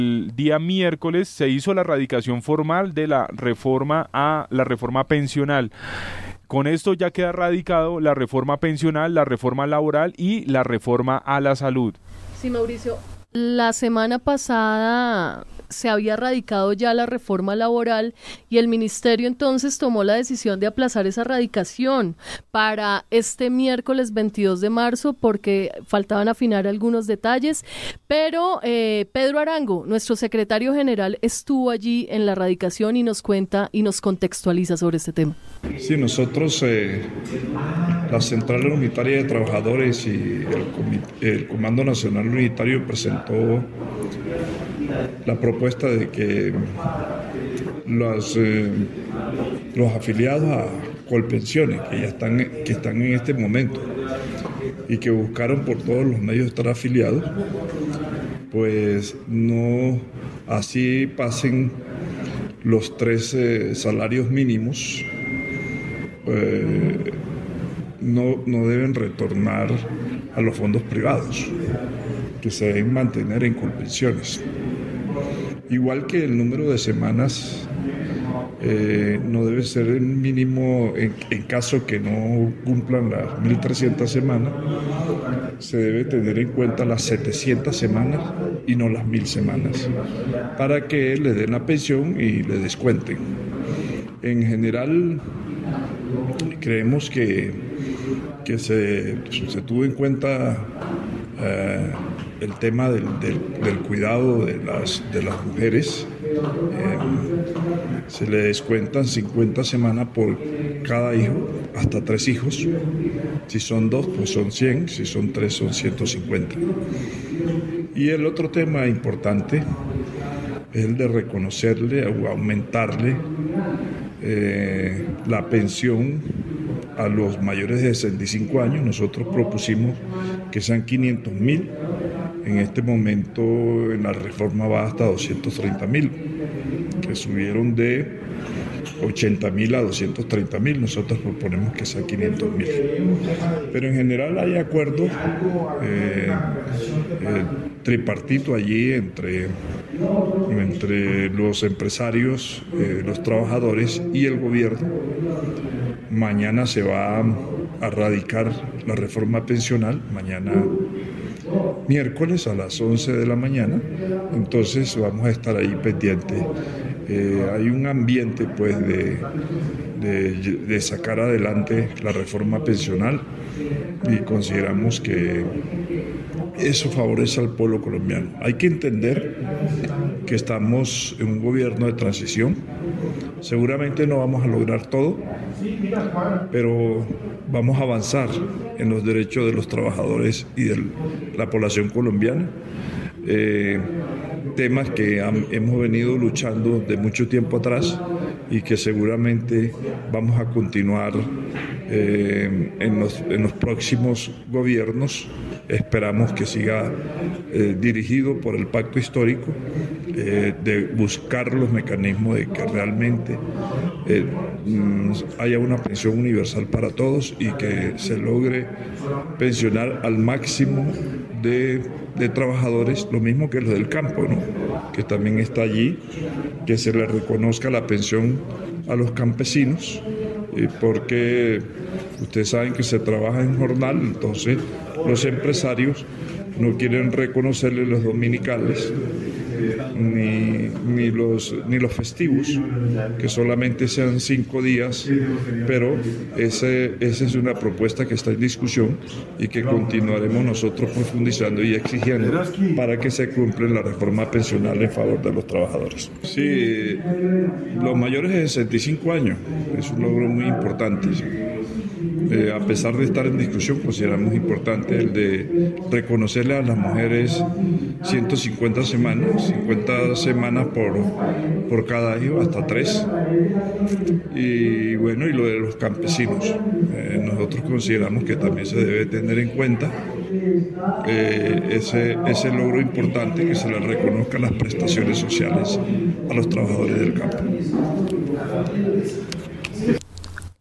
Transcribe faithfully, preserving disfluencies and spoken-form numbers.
El día miércoles se hizo la radicación formal de la reforma a la reforma pensional. Con esto ya queda radicado la reforma pensional, la reforma laboral y la reforma a la salud. Sí, Mauricio. La semana pasada se había radicado ya la reforma laboral y el ministerio entonces tomó la decisión de aplazar esa radicación para este miércoles veintidós de marzo porque faltaban afinar algunos detalles, pero eh, Pedro Arango, nuestro secretario general, estuvo allí en la radicación y nos cuenta y nos contextualiza sobre este tema. Sí, nosotros, eh, la Central Unitaria de Trabajadores y el, el Comando Nacional Unitario presentó la propuesta de que los, eh, los afiliados a Colpensiones, que ya están, que están en este momento y que buscaron por todos los medios estar afiliados, pues no así pasen los tres eh, salarios mínimos, eh, no, no deben retornar a los fondos privados, que se deben mantener en Colpensiones. Igual que el número de semanas eh, no debe ser el mínimo en, en caso que no cumplan las mil trescientas semanas, se debe tener en cuenta las setecientas semanas y no las mil semanas, para que le den la pensión y le descuenten. En general, creemos que, que se, se tuvo en cuenta eh, el tema del, del, del cuidado de las, de las mujeres. Eh, se le descuentan cincuenta semanas por cada hijo, hasta tres hijos. Si son dos, pues son cien, si son tres, son ciento cincuenta. Y el otro tema importante es el de reconocerle o aumentarle eh, la pensión a los mayores de sesenta y cinco años. Nosotros propusimos que sean quinientos mil. En este momento en la reforma va hasta doscientos treinta mil, que subieron de ochenta mil a doscientos treinta mil. Nosotros proponemos que sea quinientos mil. Pero en general hay acuerdo eh, eh, tripartito allí entre, entre los empresarios, eh, los trabajadores y el gobierno. Mañana se va a radicar la reforma pensional, mañana miércoles a las once de la mañana, entonces vamos a estar ahí pendientes. Eh, hay un ambiente pues de, de, de sacar adelante la reforma pensional y consideramos que eso favorece al pueblo colombiano. Hay que entender que estamos en un gobierno de transición, seguramente no vamos a lograr todo, pero vamos a avanzar en los derechos de los trabajadores y de la población colombiana. Eh, temas que han, hemos venido luchando de mucho tiempo atrás y que seguramente vamos a continuar eh, en, los, en los próximos gobiernos. Esperamos que siga eh, dirigido por el pacto histórico, eh, de buscar los mecanismos de que realmente eh, haya una pensión universal para todos y que se logre pensionar al máximo de, de trabajadores, lo mismo que los del campo, ¿no? Que también está allí, que se le reconozca la pensión a los campesinos, eh, porque ustedes saben que se trabaja en jornal, entonces los empresarios no quieren reconocerle los dominicales ni, ni, los, ni los festivos, que solamente sean cinco días, pero ese, esa es una propuesta que está en discusión y que continuaremos nosotros profundizando y exigiendo para que se cumpla la reforma pensional en favor de los trabajadores. Sí, los mayores de sesenta y cinco años es un logro muy importante. Eh, a pesar de estar en discusión, consideramos importante el de reconocerle a las mujeres ciento cincuenta semanas, cincuenta semanas por, por cada hijo, hasta tres. Y bueno, y lo de los campesinos. Eh, nosotros consideramos que también se debe tener en cuenta eh, ese, ese logro importante, que se le reconozcan las prestaciones sociales a los trabajadores del campo.